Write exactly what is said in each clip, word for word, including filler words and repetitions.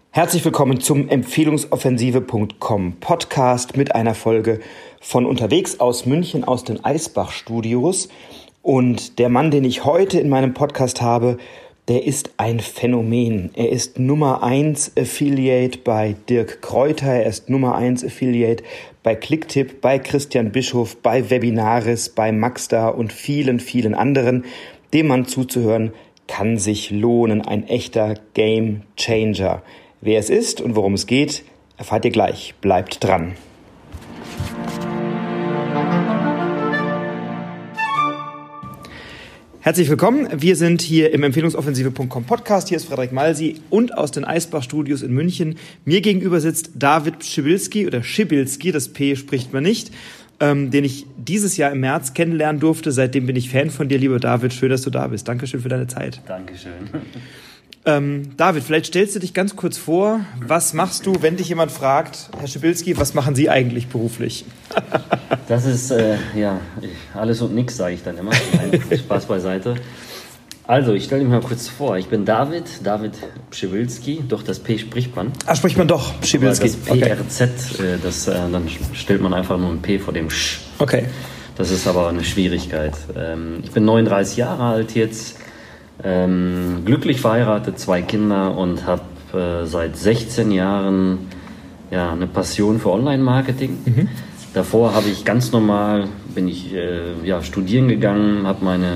Herzlich willkommen zum Empfehlungsoffensive Punkt com Podcast mit einer Folge von unterwegs aus München, aus den Eisbach-Studios. Und der Mann, den ich heute in meinem Podcast habe, der ist ein Phänomen. Er ist Nummer eins Affiliate bei Dirk Kräuter, er ist Nummer eins Affiliate bei Clicktip, bei Christian Bischof, bei Webinaris, bei Maxdar und vielen, vielen anderen. Dem Mann zuzuhören kann sich lohnen. Ein echter Game Changer. Wer es ist und worum es geht, erfahrt ihr gleich. Bleibt dran. Herzlich willkommen. Wir sind hier im Empfehlungsoffensive Punkt com Podcast. Hier ist Frederik Malsi und aus den Eisbach-Studios in München. Mir gegenüber sitzt David Pschibilski oder Schibilski, das P spricht man nicht, ähm, den ich dieses Jahr im März kennenlernen durfte. Seitdem bin ich Fan von dir, lieber David. Schön, dass du da bist. Dankeschön für deine Zeit. Dankeschön. Ähm, David, vielleicht stellst du dich ganz kurz vor. Was machst du, wenn dich jemand fragt, Herr Schibilski, was machen Sie eigentlich beruflich? Das ist, äh, ja, alles und nix, sage ich dann immer. Nein, Spaß beiseite. Also, ich stelle mich mal kurz vor. Ich bin David, David Pschibilski. Doch, das P spricht man. Ah, spricht man doch, Pschibilski. Das P R Z, okay. äh, das, äh, dann stellt man einfach nur ein P vor dem Sch. Okay. Das ist aber eine Schwierigkeit. Ähm, ich bin neununddreißig Jahre alt jetzt. Ähm, glücklich verheiratet, zwei Kinder und habe äh, seit sechzehn Jahren ja, eine Passion für Online-Marketing. Mhm. Davor habe ich ganz normal, bin ich äh, ja, studieren gegangen, habe meine,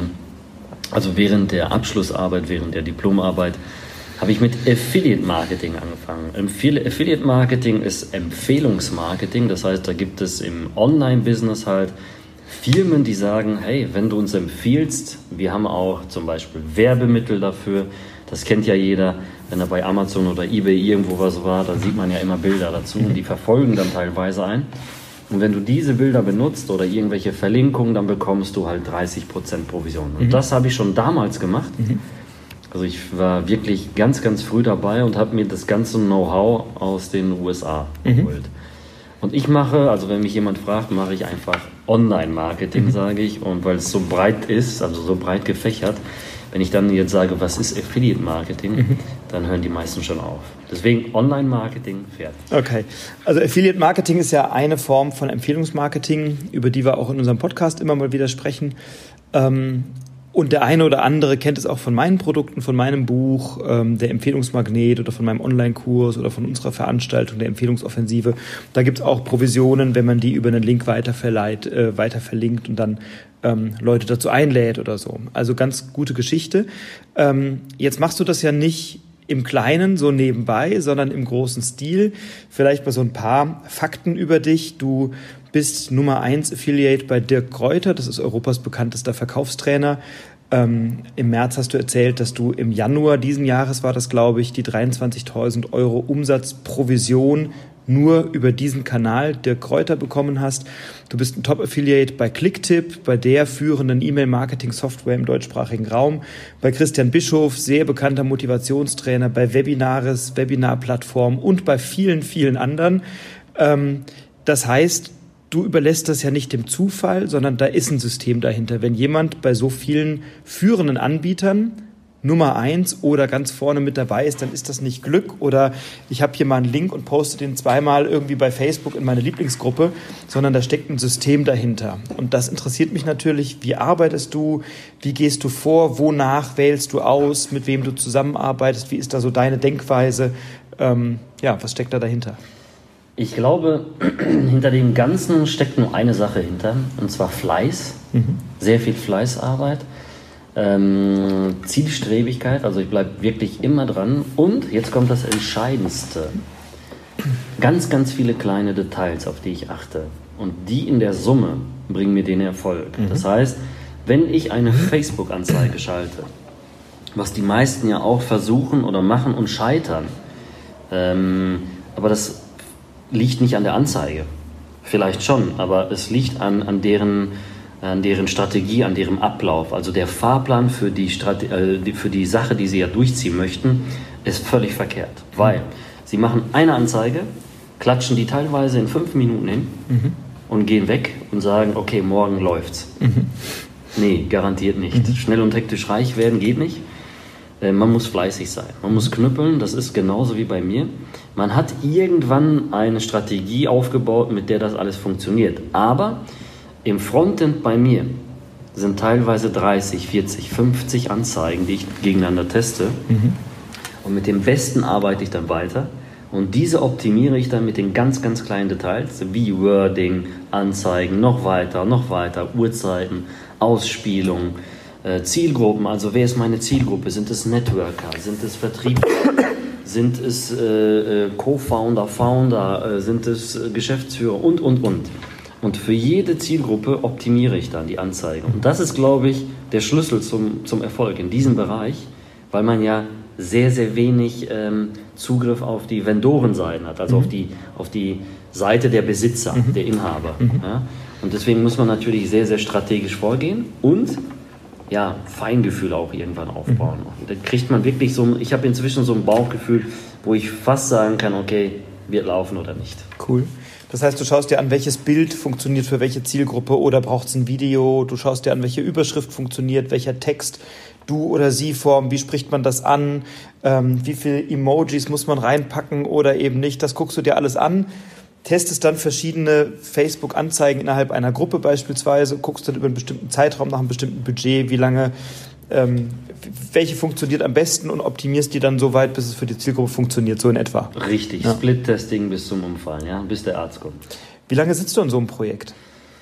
also während der Abschlussarbeit, während der Diplomarbeit, habe ich mit Affiliate-Marketing angefangen. Affiliate-Marketing ist Empfehlungsmarketing, das heißt, da gibt es im Online-Business halt Firmen, die sagen, hey, wenn du uns empfiehlst, wir haben auch zum Beispiel Werbemittel dafür, das kennt ja jeder, wenn er bei Amazon oder eBay irgendwo was war, da sieht man ja immer Bilder dazu und die verfolgen dann teilweise ein. Und wenn du diese Bilder benutzt oder irgendwelche Verlinkungen, dann bekommst du halt dreißig Prozent Provision. Und mhm. das habe ich schon damals gemacht. Mhm. Also ich war wirklich ganz, ganz früh dabei und habe mir das ganze Know-how aus den U S A mhm. geholt. Und ich mache, also wenn mich jemand fragt, mache ich einfach Online-Marketing, mhm. sage ich. Und weil es so breit ist, also so breit gefächert, wenn ich dann jetzt sage, was ist Affiliate-Marketing, mhm. dann hören die meisten schon auf. Deswegen Online-Marketing, fertig. Okay, also Affiliate-Marketing ist ja eine Form von Empfehlungsmarketing, über die wir auch in unserem Podcast immer mal wieder sprechen. Ähm, Und der eine oder andere kennt es auch von meinen Produkten, von meinem Buch, ähm, der Empfehlungsmagnet oder von meinem Online-Kurs oder von unserer Veranstaltung, der Empfehlungsoffensive. Da gibt es auch Provisionen, wenn man die über einen Link weiterverleiht, äh, weiter verlinkt und dann ähm, Leute dazu einlädt oder so. Also ganz gute Geschichte. Ähm, jetzt machst du das ja nicht im Kleinen, so nebenbei, sondern im großen Stil. Vielleicht mal so ein paar Fakten über dich. Du bist Nummer eins Affiliate bei Dirk Kräuter, das ist Europas bekanntester Verkaufstrainer. Ähm, Im März hast du erzählt, dass du im Januar diesen Jahres, war das glaube ich, die dreiundzwanzigtausend Euro Umsatzprovision nur über diesen Kanal Dirk Kräuter bekommen hast. Du bist ein Top-Affiliate bei Clicktip, bei der führenden E-Mail-Marketing-Software im deutschsprachigen Raum, bei Christian Bischof, sehr bekannter Motivationstrainer, bei Webinaris, Webinar-Plattform und bei vielen, vielen anderen. Ähm, das heißt, du überlässt das ja nicht dem Zufall, sondern da ist ein System dahinter. Wenn jemand bei so vielen führenden Anbietern Nummer eins oder ganz vorne mit dabei ist, dann ist das nicht Glück oder ich habe hier mal einen Link und poste den zweimal irgendwie bei Facebook in meine Lieblingsgruppe, sondern da steckt ein System dahinter. Und das interessiert mich natürlich. Wie arbeitest du? Wie gehst du vor? Wonach wählst du aus? Mit wem du zusammenarbeitest? Wie ist da so deine Denkweise? Ähm, ja, was steckt da dahinter? Ich glaube, hinter dem Ganzen steckt nur eine Sache hinter, und zwar Fleiß. Mhm. Sehr viel Fleißarbeit. Ähm, Zielstrebigkeit, also ich bleibe wirklich immer dran und jetzt kommt das Entscheidendste. Ganz, ganz viele kleine Details, auf die ich achte und die in der Summe bringen mir den Erfolg. Mhm. Das heißt, wenn ich eine Facebook-Anzeige schalte, was die meisten ja auch versuchen oder machen und scheitern, ähm, aber das liegt nicht an der Anzeige, vielleicht schon, aber es liegt an, an deren an deren Strategie, an deren Ablauf. Also der Fahrplan für die, Strate- äh, für die Sache, die sie ja durchziehen möchten, ist völlig verkehrt. Weil sie machen eine Anzeige, klatschen die teilweise in fünf Minuten hin mhm. und gehen weg und sagen, okay, morgen läuft's. Mhm. Nee, garantiert nicht. Mhm. Schnell und hektisch reich werden geht nicht. äh, man muss fleißig sein, man muss knüppeln, das ist genauso wie bei mir. Man hat irgendwann eine Strategie aufgebaut, mit der das alles funktioniert. Aber im Frontend bei mir sind teilweise dreißig, vierzig, fünfzig Anzeigen, die ich gegeneinander teste. Mhm. Und mit dem Besten arbeite ich dann weiter. Und diese optimiere ich dann mit den ganz, ganz kleinen Details, wie Wording, Anzeigen, noch weiter, noch weiter, Uhrzeiten, Ausspielung, äh, Zielgruppen. Also wer ist meine Zielgruppe? Sind es Networker? Sind es Vertriebler? Sind es äh, Co-Founder, Founder? Äh, sind es äh, Geschäftsführer? Und, und, und. Und für jede Zielgruppe optimiere ich dann die Anzeige. Und das ist, glaube ich, der Schlüssel zum, zum Erfolg in diesem Bereich, weil man ja sehr, sehr wenig ähm, Zugriff auf die Vendorenseiten hat, also mhm. auf, die, auf die Seite der Besitzer, mhm. der Inhaber. Mhm. Ja? Und deswegen muss man natürlich sehr, sehr strategisch vorgehen und ja, Feingefühl auch irgendwann aufbauen. Mhm. Da kriegt man wirklich so, ich habe inzwischen so ein Bauchgefühl, wo ich fast sagen kann, okay, wird laufen oder nicht. Cool. Das heißt, du schaust dir an, welches Bild funktioniert für welche Zielgruppe oder braucht es ein Video, du schaust dir an, welche Überschrift funktioniert, welcher Text, du oder sie Form, wie spricht man das an, ähm, wie viele Emojis muss man reinpacken oder eben nicht, das guckst du dir alles an, testest dann verschiedene Facebook-Anzeigen innerhalb einer Gruppe beispielsweise, guckst dann über einen bestimmten Zeitraum nach einem bestimmten Budget, wie lange, ähm, welche funktioniert am besten und optimierst die dann so weit, bis es für die Zielgruppe funktioniert, so in etwa. Richtig, ja. Split-Testing bis zum Umfallen, ja, bis der Arzt kommt. Wie lange sitzt du an so einem Projekt?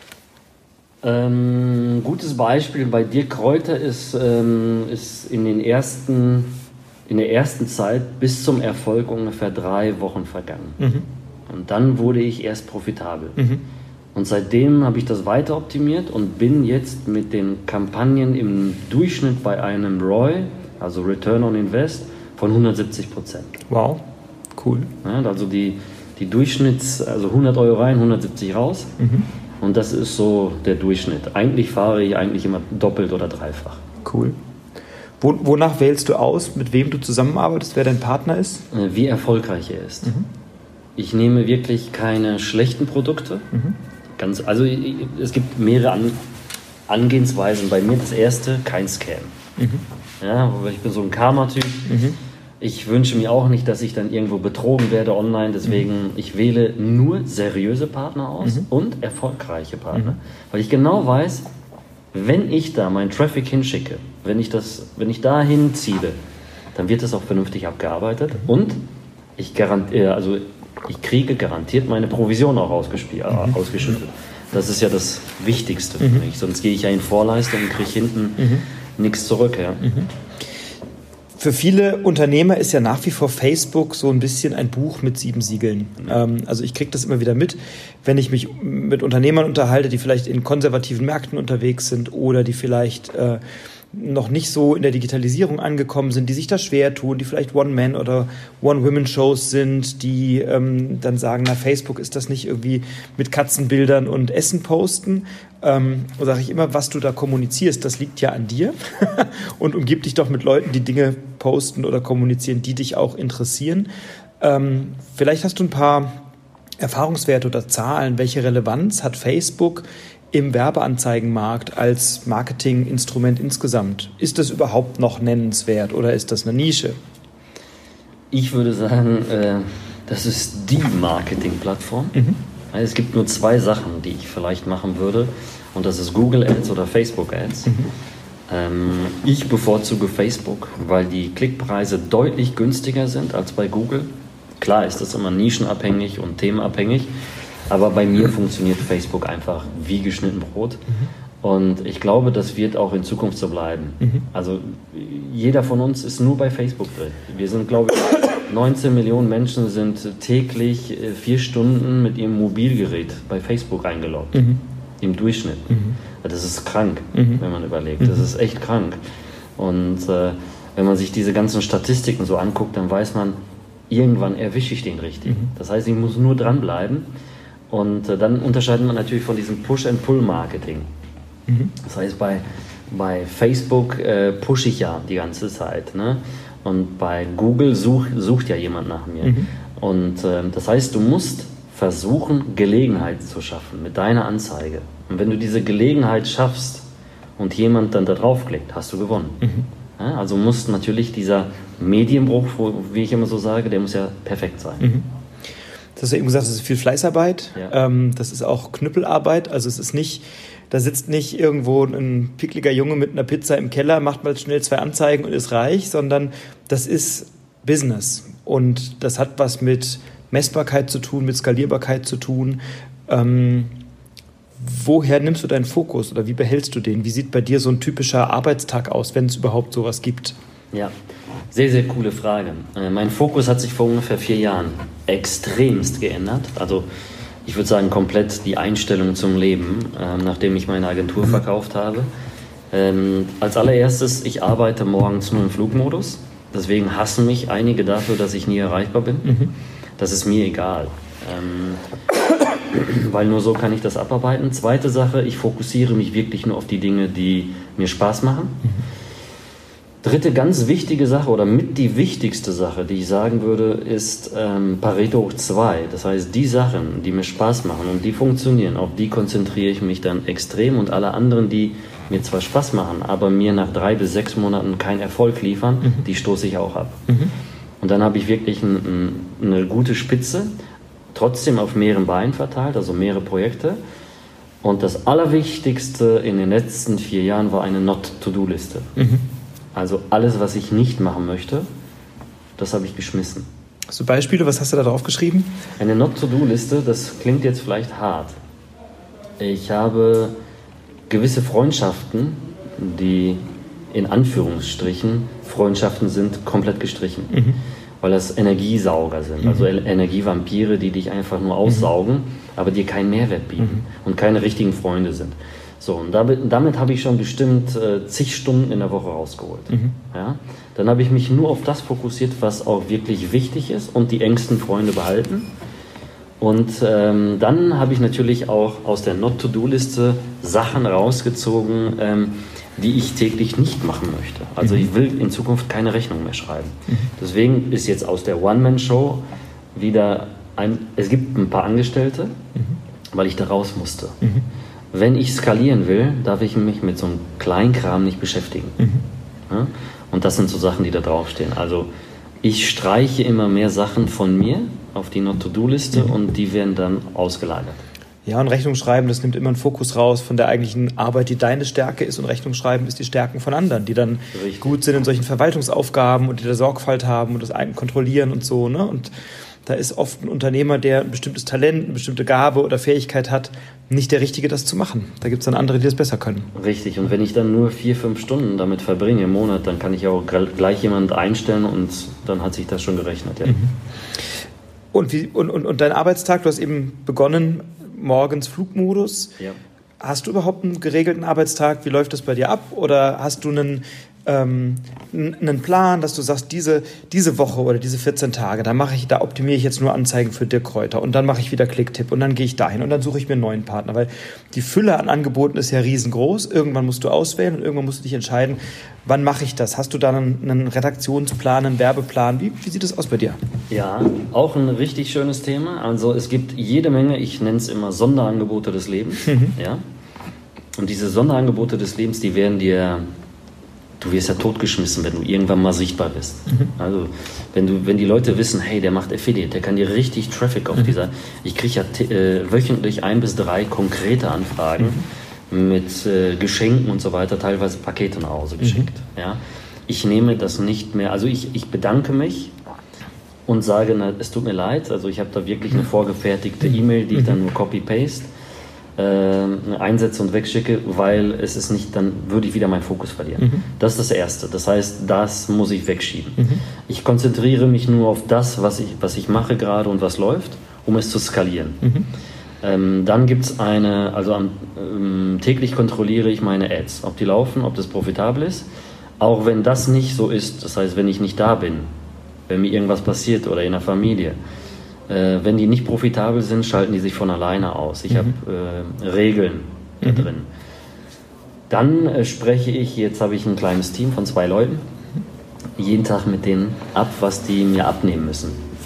Ähm, gutes Beispiel bei Dirk Kräuter ist, ähm, ist in, den ersten, in der ersten Zeit bis zum Erfolg ungefähr drei Wochen vergangen. Mhm. Und dann wurde ich erst profitabel. Mhm. Und seitdem habe ich das weiter optimiert und bin jetzt mit den Kampagnen im Durchschnitt bei einem R O I, also Return on Invest, von hundertsiebzig Prozent. Wow, cool. Ja, also die, die Durchschnitts-, also hundert Euro rein, hundertsiebzig raus. Mhm. Und das ist so der Durchschnitt. Eigentlich fahre ich eigentlich immer doppelt oder dreifach. Cool. Wo, wonach wählst du aus, mit wem du zusammenarbeitest, wer dein Partner ist? Wie erfolgreich er ist. Mhm. Ich nehme wirklich keine schlechten Produkte. Mhm. Ganz, also es gibt mehrere An, Angehensweisen. Bei mir das erste, kein Scam. Mhm. Ja, ich bin so ein Karma-Typ. Mhm. Ich wünsche mir auch nicht, dass ich dann irgendwo betrogen werde online. Deswegen, mhm. ich wähle nur seriöse Partner aus mhm. und erfolgreiche Partner. Mhm. Weil ich genau weiß, wenn ich da meinen Traffic hinschicke, wenn ich, das, wenn ich da hinziele, dann wird das auch vernünftig abgearbeitet. Mhm. Und ich, garantiere, also ich kriege garantiert meine Provision auch ausgespielt, mhm. ausgeschüttet. Das ist ja das Wichtigste für mich. Mhm. Sonst gehe ich ja in Vorleistung und kriege hinten mhm. nichts zurück. Ja. Mhm. Für viele Unternehmer ist ja nach wie vor Facebook so ein bisschen ein Buch mit sieben Siegeln. Ähm, also ich kriege das immer wieder mit, wenn ich mich mit Unternehmern unterhalte, die vielleicht in konservativen Märkten unterwegs sind oder die vielleicht äh, noch nicht so in der Digitalisierung angekommen sind, die sich da schwer tun, die vielleicht One-Man- oder One-Women-Shows sind, die ähm, dann sagen, na, Facebook ist das nicht irgendwie mit Katzenbildern und Essen posten. Ähm, da sage ich immer, was du da kommunizierst, das liegt ja an dir und umgib dich doch mit Leuten, die Dinge posten oder kommunizieren, die dich auch interessieren. Ähm, vielleicht hast du ein paar Erfahrungswerte oder Zahlen, welche Relevanz hat Facebook im Werbeanzeigenmarkt als Marketinginstrument insgesamt? Ist das überhaupt noch nennenswert oder ist das eine Nische? Ich würde sagen, äh, das ist die Marketingplattform. Mhm. Es gibt nur zwei Sachen, die ich vielleicht machen würde, und das ist Google Ads oder Facebook Ads. Mhm. Ähm, ich bevorzuge Facebook, weil die Klickpreise deutlich günstiger sind als bei Google. Klar ist das immer nischenabhängig und themenabhängig, aber bei mir funktioniert Facebook einfach wie geschnitten Brot. Mhm. Und ich glaube, das wird auch in Zukunft so bleiben. Mhm. Also jeder von uns ist nur bei Facebook drin. Wir sind, glaube ich, neunzehn Millionen Menschen sind täglich vier Stunden mit ihrem Mobilgerät bei Facebook eingeloggt. Mhm. Im Durchschnitt. Mhm. Das ist krank, mhm. wenn man überlegt. Das ist echt krank. Und äh, wenn man sich diese ganzen Statistiken so anguckt, dann weiß man, irgendwann erwische ich den richtig. Mhm. Das heißt, ich muss nur dranbleiben. Und äh, dann unterscheidet man natürlich von diesem Push-and-Pull-Marketing. Mhm. Das heißt, bei, bei Facebook äh, pushe ich ja die ganze Zeit. Ne? Und bei Google such, sucht ja jemand nach mir. Mhm. Und äh, das heißt, du musst versuchen, Gelegenheiten zu schaffen mit deiner Anzeige. Und wenn du diese Gelegenheit schaffst und jemand dann da draufklickt, hast du gewonnen. Mhm. Ja, also muss natürlich dieser Medienbruch, wie ich immer so sage, der muss ja perfekt sein. Mhm. Das hast du eben gesagt, das ist viel Fleißarbeit, ja. ähm, das ist auch Knüppelarbeit, also es ist nicht, da sitzt nicht irgendwo ein pickliger Junge mit einer Pizza im Keller, macht mal schnell zwei Anzeigen und ist reich, sondern das ist Business und das hat was mit Messbarkeit zu tun, mit Skalierbarkeit zu tun. Ähm, woher nimmst du deinen Fokus oder wie behältst du den? Wie sieht bei dir so ein typischer Arbeitstag aus, wenn es überhaupt sowas gibt? Ja, sehr, sehr coole Frage. Äh, mein Fokus hat sich vor ungefähr vier Jahren extremst geändert. Also ich würde sagen komplett die Einstellung zum Leben, äh, nachdem ich meine Agentur verkauft habe. Ähm, als allererstes, ich arbeite morgens nur im Flugmodus. Deswegen hassen mich einige dafür, dass ich nie erreichbar bin. Mhm. Das ist mir egal. Ähm, weil nur so kann ich das abarbeiten. Zweite Sache, ich fokussiere mich wirklich nur auf die Dinge, die mir Spaß machen. Mhm. Dritte ganz wichtige Sache oder mit die wichtigste Sache, die ich sagen würde, ist ähm, Pareto hoch zwei. Das heißt, die Sachen, die mir Spaß machen und die funktionieren, auf die konzentriere ich mich dann extrem und alle anderen, die mir zwar Spaß machen, aber mir nach drei bis sechs Monaten keinen Erfolg liefern, mhm. die stoße ich auch ab. Mhm. Und dann habe ich wirklich ein, ein, eine gute Spitze, trotzdem auf mehreren Beinen verteilt, also mehrere Projekte. Und das Allerwichtigste in den letzten vier Jahren war eine Not-to-Do-Liste. Mhm. Also alles, was ich nicht machen möchte, das habe ich geschmissen. Hast du Beispiele? Was hast du da drauf geschrieben? Eine Not-to-Do-Liste, das klingt jetzt vielleicht hart. Ich habe gewisse Freundschaften, die in Anführungsstrichen Freundschaften sind, komplett gestrichen. Mhm. Weil das Energiesauger sind, mhm. also Energievampire, die dich einfach nur aussaugen, mhm. aber dir keinen Mehrwert bieten mhm. und keine richtigen Freunde sind. So, und damit, damit habe ich schon bestimmt äh, zig Stunden in der Woche rausgeholt. Mhm. Ja? Dann habe ich mich nur auf das fokussiert, was auch wirklich wichtig ist und die engsten Freunde behalten. Und ähm, dann habe ich natürlich auch aus der Not-to-Do-Liste Sachen rausgezogen, ähm, die ich täglich nicht machen möchte. Also mhm. ich will in Zukunft keine Rechnung mehr schreiben. Mhm. Deswegen ist jetzt aus der One-Man-Show wieder ein, es gibt ein paar Angestellte, mhm. weil ich da raus musste. Mhm. Wenn ich skalieren will, darf ich mich mit so einem Kleinkram nicht beschäftigen. Mhm. Ja? Und das sind so Sachen, die da draufstehen. Also ich streiche immer mehr Sachen von mir auf die Not-to-Do-Liste mhm. und die werden dann ausgelagert. Ja, und Rechnung schreiben, das nimmt immer einen Fokus raus von der eigentlichen Arbeit, die deine Stärke ist, und Rechnung schreiben ist die Stärken von anderen, die dann Richtig. gut sind in solchen Verwaltungsaufgaben und die da Sorgfalt haben und das einen kontrollieren und so, ne? Und da ist oft ein Unternehmer, der ein bestimmtes Talent, eine bestimmte Gabe oder Fähigkeit hat, nicht der Richtige, das zu machen. Da gibt es dann andere, die das besser können. Richtig, und wenn ich dann nur vier, fünf Stunden damit verbringe im Monat, dann kann ich auch gleich jemanden einstellen und dann hat sich das schon gerechnet. Ja. Mhm. Und, wie, und, und, und dein Arbeitstag, du hast eben begonnen, morgens Flugmodus. Ja. Hast du überhaupt einen geregelten Arbeitstag? Wie läuft das bei dir ab? Oder hast du einen, ähm, einen Plan, dass du sagst, diese, diese Woche oder diese vierzehn Tage, da mache ich, da optimiere ich jetzt nur Anzeigen für Dirk Kräuter und dann mache ich wieder Klicktipp und dann gehe ich dahin und dann suche ich mir einen neuen Partner, weil die Fülle an Angeboten ist ja riesengroß. Irgendwann musst du auswählen und irgendwann musst du dich entscheiden, wann mache ich das? Hast du da einen, einen Redaktionsplan, einen Werbeplan? Wie, wie sieht das aus bei dir? Ja, auch ein richtig schönes Thema. Also es gibt jede Menge, ich nenne es immer Sonderangebote des Lebens. Mhm. Ja? Und diese Sonderangebote des Lebens, die werden dir, du wirst ja totgeschmissen, wenn du irgendwann mal sichtbar bist. Mhm. Also wenn du, wenn die Leute wissen, hey, der macht Affiliate, der kann dir richtig Traffic auf mhm. dieser, ich kriege ja t- äh, wöchentlich ein bis drei konkrete Anfragen mhm. mit äh, Geschenken und so weiter, teilweise Pakete nach Hause geschickt. Mhm. Ja? Ich nehme das nicht mehr, also ich, ich bedanke mich und sage, na, es tut mir leid, also ich habe da wirklich eine vorgefertigte E-Mail, die ich dann nur copy-paste, äh, einsetze und wegschicke, weil es ist nicht, dann würde ich wieder meinen Fokus verlieren. Mhm. Das ist das Erste. Das heißt, das muss ich wegschieben. Mhm. Ich konzentriere mich nur auf das, was ich, was ich mache gerade und was läuft, um es zu skalieren. Mhm. Ähm, dann gibt es eine, also am, ähm, täglich kontrolliere ich meine Ads, ob die laufen, ob das profitabel ist. Auch wenn das nicht so ist, das heißt, wenn ich nicht da bin, wenn mir irgendwas passiert oder in der Familie, äh, wenn die nicht profitabel sind, schalten die sich von alleine aus. Ich mhm. habe äh, Regeln da mhm. drin. Dann äh, spreche ich, jetzt habe ich ein kleines Team von zwei Leuten, jeden Tag mit denen ab, was die mir abnehmen müssen.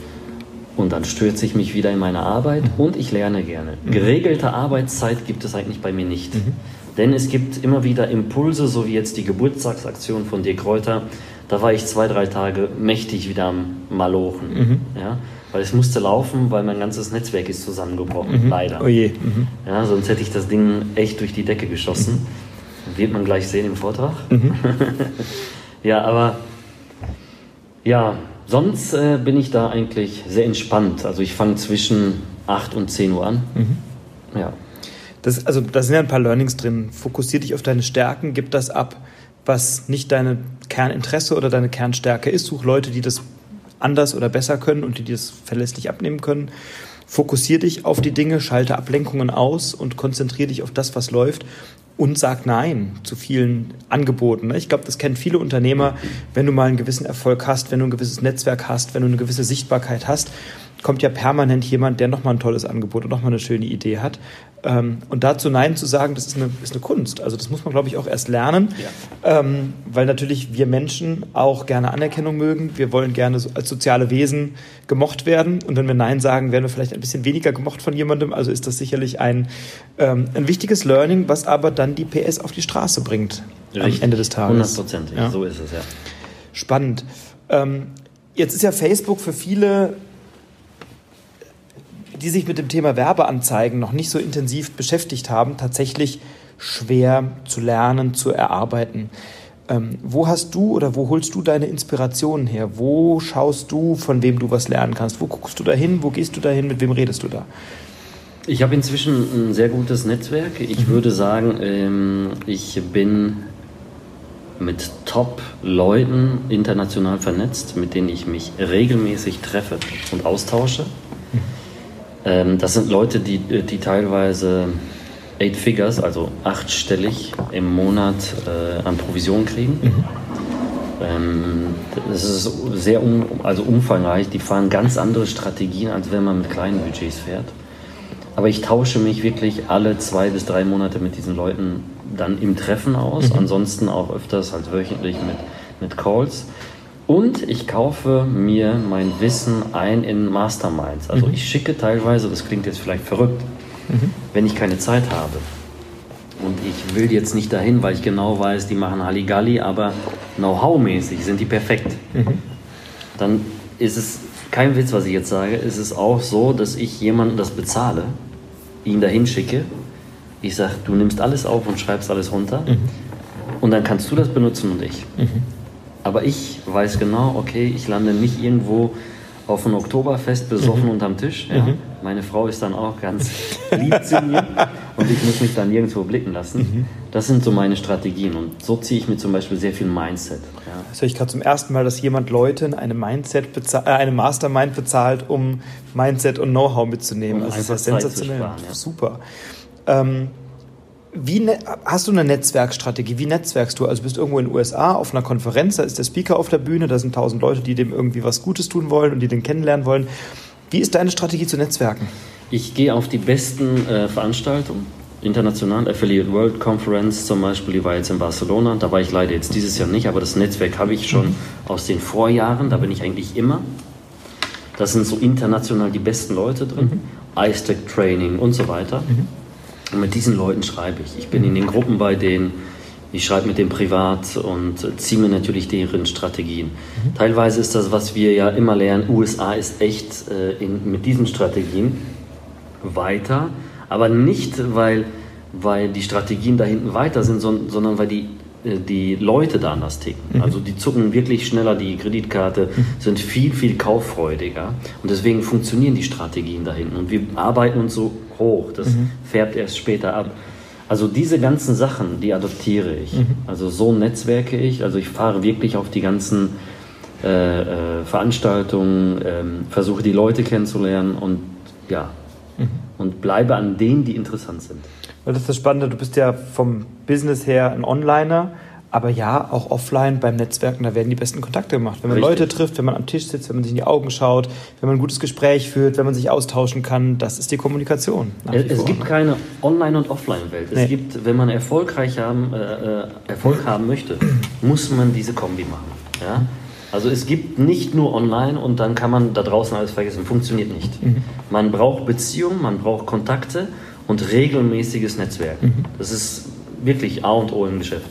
Und dann stürze ich mich wieder in meine Arbeit mhm. und ich lerne gerne. Mhm. Geregelte Arbeitszeit gibt es eigentlich bei mir nicht. Mhm. Denn es gibt immer wieder Impulse, so wie jetzt die Geburtstagsaktion von Dirk Kräuter. Da war ich zwei, drei Tage mächtig wieder am Malochen. Mhm. Ja? Weil es musste laufen, weil mein ganzes Netzwerk ist zusammengebrochen, mhm. leider. Oh je. Mhm. Ja, sonst hätte ich das Ding echt durch die Decke geschossen. Mhm. Wird man gleich sehen im Vortrag. Mhm. Ja, aber ja, sonst äh, bin ich da eigentlich sehr entspannt. Also ich fange zwischen acht und zehn Uhr an. Mhm. Ja. Das, also da sind ja ein paar Learnings drin. Fokussier dich auf deine Stärken, gib das ab, was nicht deine Kerninteresse oder deine Kernstärke ist. Such Leute, die das anders oder besser können und die das verlässlich abnehmen können. Fokussier dich auf die Dinge, schalte Ablenkungen aus und konzentriere dich auf das, was läuft. Und sag Nein zu vielen Angeboten. Ich glaube, das kennen viele Unternehmer. Wenn du mal einen gewissen Erfolg hast, wenn du ein gewisses Netzwerk hast, wenn du eine gewisse Sichtbarkeit hast, kommt ja permanent jemand, der nochmal ein tolles Angebot und nochmal eine schöne Idee hat. Und dazu Nein zu sagen, das ist eine, ist eine Kunst. Also das muss man, glaube ich, auch erst lernen, ja. ähm, weil natürlich wir Menschen auch gerne Anerkennung mögen. Wir wollen gerne so als soziale Wesen gemocht werden. Und wenn wir Nein sagen, werden wir vielleicht ein bisschen weniger gemocht von jemandem. Also ist das sicherlich ein, ähm, ein wichtiges Learning, was aber dann die P S auf die Straße bringt. Richtig. Am Ende des Tages. Hundertprozentig, ja. So ist es, ja. Spannend. Ähm, jetzt ist ja Facebook für viele, die sich mit dem Thema Werbeanzeigen noch nicht so intensiv beschäftigt haben, tatsächlich schwer zu lernen, zu erarbeiten. Ähm, wo hast du oder wo holst du deine Inspirationen her? Wo schaust du, von wem du was lernen kannst? Wo guckst du da hin? Wo gehst du da hin? Mit wem redest du da? Ich habe inzwischen ein sehr gutes Netzwerk. Ich mhm. würde sagen, ähm, ich bin mit Top-Leuten international vernetzt, mit denen ich mich regelmäßig treffe und austausche. Mhm. Ähm, das sind Leute, die, die teilweise eight figures, also achtstellig im Monat äh, an Provision kriegen. Mhm. Ähm, das ist sehr um, also umfangreich. Die fahren ganz andere Strategien, als wenn man mit kleinen Budgets fährt. Aber ich tausche mich wirklich alle zwei bis drei Monate mit diesen Leuten dann im Treffen aus. Mhm. Ansonsten auch öfters halt wöchentlich mit, mit Calls. Und ich kaufe mir mein Wissen ein in Masterminds. Also mhm. ich schicke teilweise, das klingt jetzt vielleicht verrückt, mhm. wenn ich keine Zeit habe. Und ich will jetzt nicht dahin, weil ich genau weiß, die machen Halligalli, aber Know-how-mäßig sind die perfekt. Mhm. Dann ist es, kein Witz, was ich jetzt sage, ist es auch so, dass ich jemanden das bezahle, ihn dahin schicke. Ich sage, du nimmst alles auf und schreibst alles runter. Mhm. Und dann kannst du das benutzen und ich. Mhm. Aber ich weiß genau, okay, ich lande nicht irgendwo auf ein Oktoberfest besoffen mhm. unterm Tisch. Ja. Mhm. Meine Frau ist dann auch ganz lieb zu mir und ich muss mich dann nirgendwo blicken lassen. Mhm. Das sind so meine Strategien und so ziehe ich mir zum Beispiel sehr viel Mindset. Ja. Das höre ich gerade zum ersten Mal, dass jemand Leuten eine, Mindset beza- äh, eine Mastermind bezahlt, um Mindset und Know-how mitzunehmen. Um also das ist sensationell. Sparen, ja. Super. Ähm, Wie ne- hast du eine Netzwerkstrategie? Wie netzwerkst du? Also bist du irgendwo in den U S A auf einer Konferenz, da ist der Speaker auf der Bühne, da sind tausend Leute, die dem irgendwie was Gutes tun wollen und die den kennenlernen wollen. Wie ist deine Strategie zu Netzwerken? Ich gehe auf die besten äh, Veranstaltungen, international, Affiliate World Conference zum Beispiel, die war jetzt in Barcelona, da war ich leider jetzt dieses Jahr nicht, aber das Netzwerk habe ich schon mhm. aus den Vorjahren, da bin ich eigentlich immer. Da sind so international die besten Leute drin, mhm. I S T E C Training und so weiter. Mhm. Und mit diesen Leuten schreibe ich. Ich bin in den Gruppen bei denen, ich schreibe mit denen privat und ziehe mir natürlich deren Strategien. Mhm. Teilweise ist das, was wir ja immer lernen, U S A ist echt äh, in, mit diesen Strategien weiter, aber nicht, weil, weil die Strategien da hinten weiter sind, sondern, sondern weil die, äh, die Leute da anders ticken. Mhm. Also die zucken wirklich schneller die Kreditkarte, mhm. sind viel, viel kauffreudiger und deswegen funktionieren die Strategien da hinten und wir arbeiten uns so hoch, das mhm. färbt erst später ab. Also diese ganzen Sachen, die adoptiere ich. Mhm. Also so netzwerke ich, also ich fahre wirklich auf die ganzen äh, äh, Veranstaltungen, äh, versuche die Leute kennenzulernen und ja, mhm. und bleibe an denen, die interessant sind. Das ist das Spannende, du bist ja vom Business her ein Onliner, aber ja, auch offline beim Netzwerken, da werden die besten Kontakte gemacht. Wenn man Richtig. Leute trifft, wenn man am Tisch sitzt, wenn man sich in die Augen schaut, wenn man ein gutes Gespräch führt, wenn man sich austauschen kann, das ist die Kommunikation. Es gibt keine Online- und Offline-Welt. Es nee. gibt, wenn man erfolgreich haben, äh, Erfolg haben möchte, muss man diese Kombi machen. Ja? Also es gibt nicht nur online und dann kann man da draußen alles vergessen. Funktioniert nicht. Mhm. Man braucht Beziehungen, man braucht Kontakte und regelmäßiges Netzwerk. Mhm. Das ist wirklich A und O im Geschäft.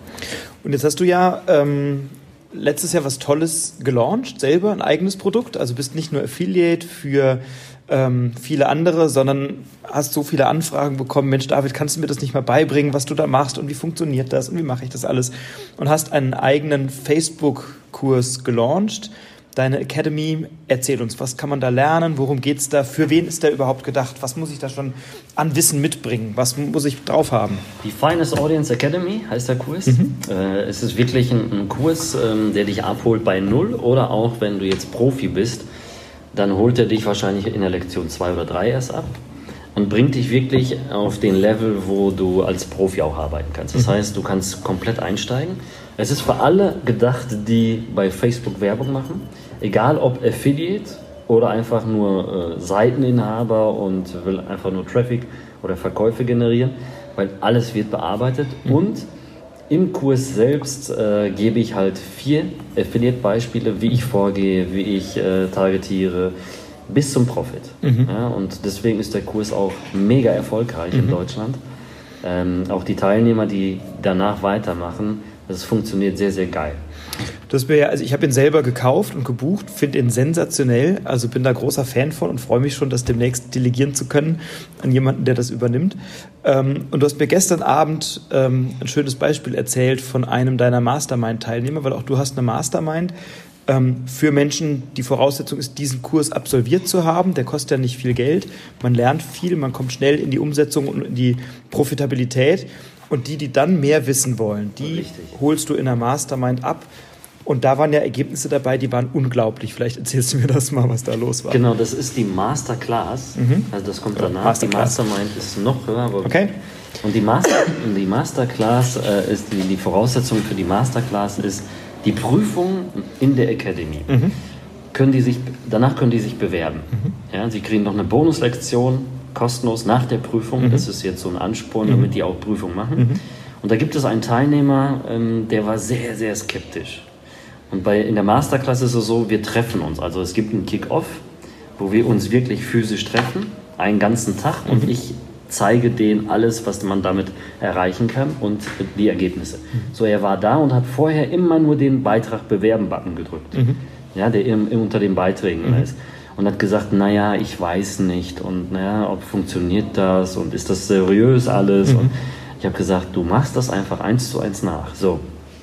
Und jetzt hast du ja ähm, letztes Jahr was Tolles gelauncht, selber ein eigenes Produkt. Also bist nicht nur Affiliate für ähm, viele andere, sondern hast so viele Anfragen bekommen. Mensch, David, kannst du mir das nicht mal beibringen, was du da machst und wie funktioniert das und wie mache ich das alles? Und hast einen eigenen Facebook-Kurs gelauncht. Deine Academy, erzähl uns, was kann man da lernen, worum geht's da, für wen ist der überhaupt gedacht, was muss ich da schon an Wissen mitbringen, was muss ich drauf haben? Die Finest Audience Academy heißt der Kurs. Mhm. Äh, es ist wirklich ein, ein Kurs, ähm, der dich abholt bei Null oder auch wenn du jetzt Profi bist, dann holt er dich wahrscheinlich in der Lektion zwei oder drei erst ab und bringt dich wirklich auf den Level, wo du als Profi auch arbeiten kannst. Das mhm. heißt, du kannst komplett einsteigen. Es ist für alle gedacht, die bei Facebook Werbung machen. Egal ob Affiliate oder einfach nur äh, Seiteninhaber und will einfach nur Traffic oder Verkäufe generieren, weil alles wird bearbeitet. Mhm. Und im Kurs selbst äh, gebe ich halt vier Affiliate-Beispiele, wie ich vorgehe, wie ich äh, targetiere, bis zum Profit. Mhm. Ja, und deswegen ist der Kurs auch mega erfolgreich mhm. in Deutschland. Ähm, auch die Teilnehmer, die danach weitermachen, das funktioniert sehr, sehr geil. Das wär, also ich habe ihn selber gekauft und gebucht, finde ihn sensationell, also bin da großer Fan von und freue mich schon, das demnächst delegieren zu können an jemanden, der das übernimmt. Ähm, und du hast mir gestern Abend ähm, ein schönes Beispiel erzählt von einem deiner Mastermind-Teilnehmer, weil auch du hast eine Mastermind ähm, für Menschen. Die Voraussetzung ist, diesen Kurs absolviert zu haben. Der kostet ja nicht viel Geld, man lernt viel, man kommt schnell in die Umsetzung und in die Profitabilität. Und die, die dann mehr wissen wollen, die Richtig. holst du in der Mastermind ab. Und da waren ja Ergebnisse dabei, die waren unglaublich. Vielleicht erzählst du mir das mal, was da los war. Genau, das ist die Masterclass. Mhm. Also das kommt danach. Masterclass. Die Mastermind ist noch höher. Aber okay. Und die, Master, die Masterclass äh, ist die, die Voraussetzung für die Masterclass ist die Prüfung in der Academy. Mhm. Können die sich, danach können die sich bewerben. Mhm. Ja, sie kriegen noch eine Bonuslektion kostenlos nach der Prüfung. Mhm. Das ist jetzt so ein Ansporn, damit mhm. die auch Prüfung machen. Mhm. Und da gibt es einen Teilnehmer, ähm, der war sehr, sehr skeptisch. Und bei, in der Masterclass ist es so, wir treffen uns. Also es gibt einen Kick-Off, wo wir uns wirklich physisch treffen, einen ganzen Tag. Mhm. Und ich zeige denen alles, was man damit erreichen kann und die Ergebnisse. Mhm. So, er war da und hat vorher immer nur den Beitrag Bewerben-Button gedrückt, mhm. ja, der im, im, unter den Beiträgen mhm. ist. Und hat gesagt, naja, ich weiß nicht und naja, ob funktioniert das und ist das seriös alles? Mhm. Und ich habe gesagt, du machst das einfach eins zu eins nach. So,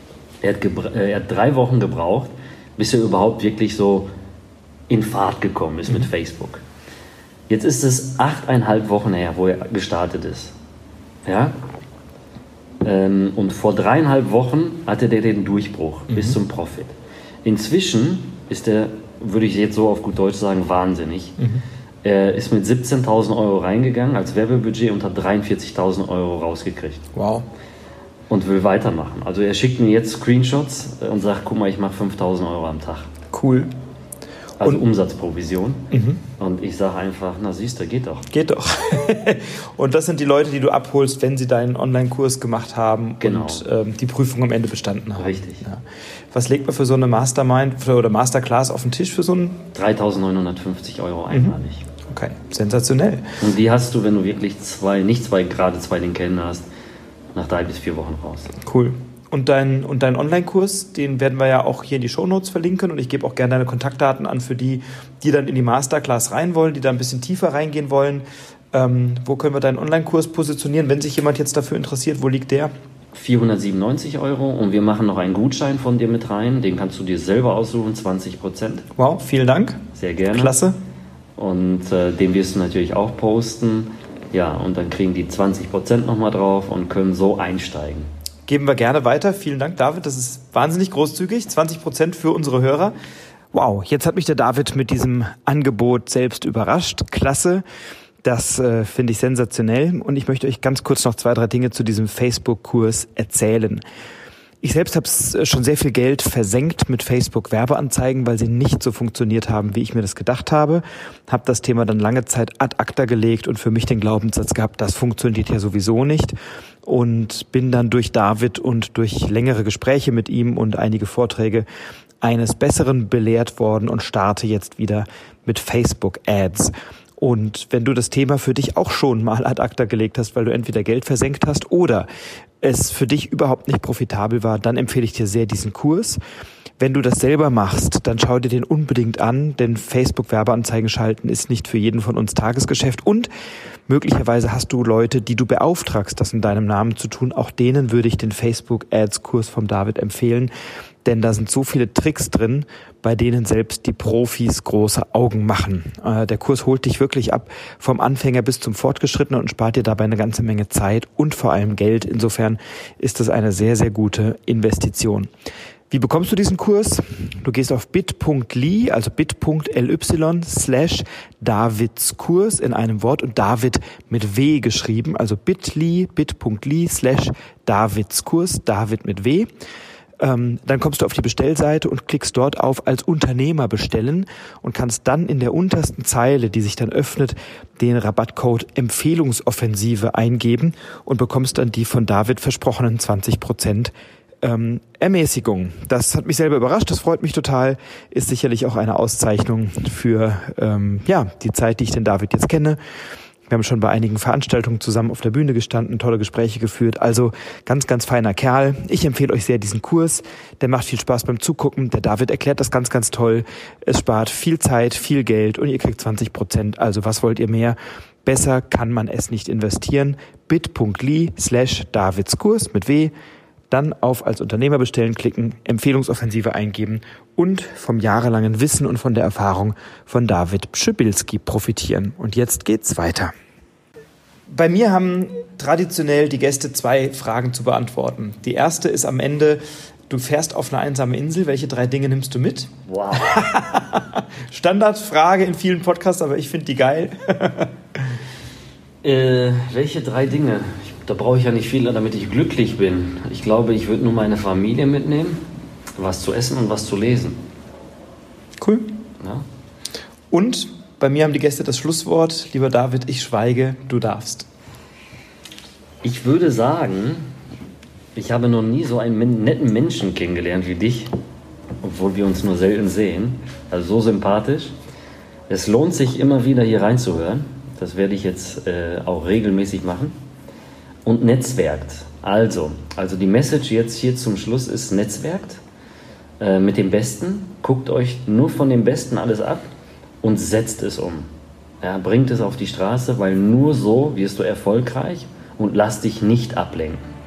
er hat, gebra- er hat drei Wochen gebraucht, bis er überhaupt wirklich so in Fahrt gekommen ist mhm. mit Facebook. Jetzt ist es achteinhalb Wochen her, wo er gestartet ist. Ja? Ähm, und vor dreieinhalb Wochen hatte der den Durchbruch mhm. bis zum Profit. Inzwischen ist er, würde ich jetzt so auf gut Deutsch sagen, wahnsinnig. Mhm. Er ist mit siebzehntausend Euro reingegangen als Werbebudget und hat dreiundvierzigtausend Euro rausgekriegt. Wow. Und will weitermachen. Also er schickt mir jetzt Screenshots und sagt, guck mal, ich mache fünftausend Euro am Tag. Cool. Also und, Umsatzprovision. Mhm. Und ich sage einfach, na siehst du, geht doch. Geht doch. Und das sind die Leute, die du abholst, wenn sie deinen Online-Kurs gemacht haben genau. und ähm, die Prüfung am Ende bestanden haben. Richtig. Ja. Was legt man für so eine Mastermind oder Masterclass auf den Tisch für so einen? dreitausendneunhundertfünfzig Euro einmalig. Mhm. Okay, sensationell. Und die hast du, wenn du wirklich zwei, nicht zwei, gerade zwei den kennen hast, nach drei bis vier Wochen raus. Cool. Und dein, und dein Online-Kurs, den werden wir ja auch hier in die Shownotes verlinken und ich gebe auch gerne deine Kontaktdaten an für die, die dann in die Masterclass rein wollen, die da ein bisschen tiefer reingehen wollen. Ähm, wo können wir deinen Online-Kurs positionieren, wenn sich jemand jetzt dafür interessiert? Wo liegt der? vierhundertsiebenundneunzig Euro und wir machen noch einen Gutschein von dir mit rein, den kannst du dir selber aussuchen, zwanzig Prozent. Wow, vielen Dank. Sehr gerne. Klasse. Und äh, den wirst du natürlich auch posten. Ja, und dann kriegen die zwanzig Prozent nochmal drauf und können so einsteigen. Geben wir gerne weiter. Vielen Dank, David. Das ist wahnsinnig großzügig. zwanzig Prozent für unsere Hörer. Wow, jetzt hat mich der David mit diesem Angebot selbst überrascht. Klasse. Das äh, finde ich sensationell. Und ich möchte euch ganz kurz noch zwei, drei Dinge zu diesem Facebook-Kurs erzählen. Ich selbst habe schon sehr viel Geld versenkt mit Facebook-Werbeanzeigen, weil sie nicht so funktioniert haben, wie ich mir das gedacht habe. Habe das Thema dann lange Zeit ad acta gelegt und für mich den Glaubenssatz gehabt, das funktioniert ja sowieso nicht. Und bin dann durch David und durch längere Gespräche mit ihm und einige Vorträge eines Besseren belehrt worden und starte jetzt wieder mit Facebook-Ads. Und wenn du das Thema für dich auch schon mal ad acta gelegt hast, weil du entweder Geld versenkt hast oder es für dich überhaupt nicht profitabel war, dann empfehle ich dir sehr diesen Kurs. Wenn du das selber machst, dann schau dir den unbedingt an, denn Facebook-Werbeanzeigen schalten ist nicht für jeden von uns Tagesgeschäft und möglicherweise hast du Leute, die du beauftragst, das in deinem Namen zu tun. Auch denen würde ich den Facebook-Ads-Kurs vom David empfehlen, denn da sind so viele Tricks drin, bei denen selbst die Profis große Augen machen. Äh, der Kurs holt dich wirklich ab vom Anfänger bis zum Fortgeschrittenen und spart dir dabei eine ganze Menge Zeit und vor allem Geld. Insofern ist das eine sehr, sehr gute Investition. Wie bekommst du diesen Kurs? Du gehst auf bit.ly, also bit.ly slash Davidskurs in einem Wort und David mit W geschrieben, also bit.ly, bit.ly slash Davidskurs, David mit W. Ähm, dann kommst du auf die Bestellseite und klickst dort auf als Unternehmer bestellen und kannst dann in der untersten Zeile, die sich dann öffnet, den Rabattcode Empfehlungsoffensive eingeben und bekommst dann die von David versprochenen zwanzig Prozent Ähm, Ermäßigung. Das hat mich selber überrascht, das freut mich total, ist sicherlich auch eine Auszeichnung für ähm, ja die Zeit, die ich den David jetzt kenne. Wir haben schon bei einigen Veranstaltungen zusammen auf der Bühne gestanden, tolle Gespräche geführt, also ganz, ganz feiner Kerl. Ich empfehle euch sehr diesen Kurs, der macht viel Spaß beim Zugucken, der David erklärt das ganz, ganz toll, es spart viel Zeit, viel Geld und ihr kriegt zwanzig Prozent, also was wollt ihr mehr? Besser kann man es nicht investieren. bit.ly slash Davidskurs mit W. Dann auf als Unternehmer bestellen klicken, Empfehlungsoffensive eingeben und vom jahrelangen Wissen und von der Erfahrung von David Pschibilski profitieren. Und jetzt geht's weiter. Bei mir haben traditionell die Gäste zwei Fragen zu beantworten. Die erste ist am Ende, du fährst auf eine einsame Insel, welche drei Dinge nimmst du mit? Wow. Standardfrage in vielen Podcasts, aber ich finde die geil. äh, welche drei Dinge? Ich Da brauche ich ja nicht viel, damit ich glücklich bin. Ich glaube, ich würde nur meine Familie mitnehmen, was zu essen und was zu lesen. Cool. Ja. Und bei mir haben die Gäste das Schlusswort. Lieber David, ich schweige, du darfst. Ich würde sagen, ich habe noch nie so einen netten Menschen kennengelernt wie dich, obwohl wir uns nur selten sehen. Also so sympathisch. Es lohnt sich immer wieder hier reinzuhören. Das werde ich jetzt äh, auch regelmäßig machen. Und netzwerkt. Also, also die Message jetzt hier zum Schluss ist, netzwerkt äh, mit dem Besten, guckt euch nur von dem Besten alles ab und setzt es um. Ja, bringt es auf die Straße, weil nur so wirst du erfolgreich und lass dich nicht ablenken.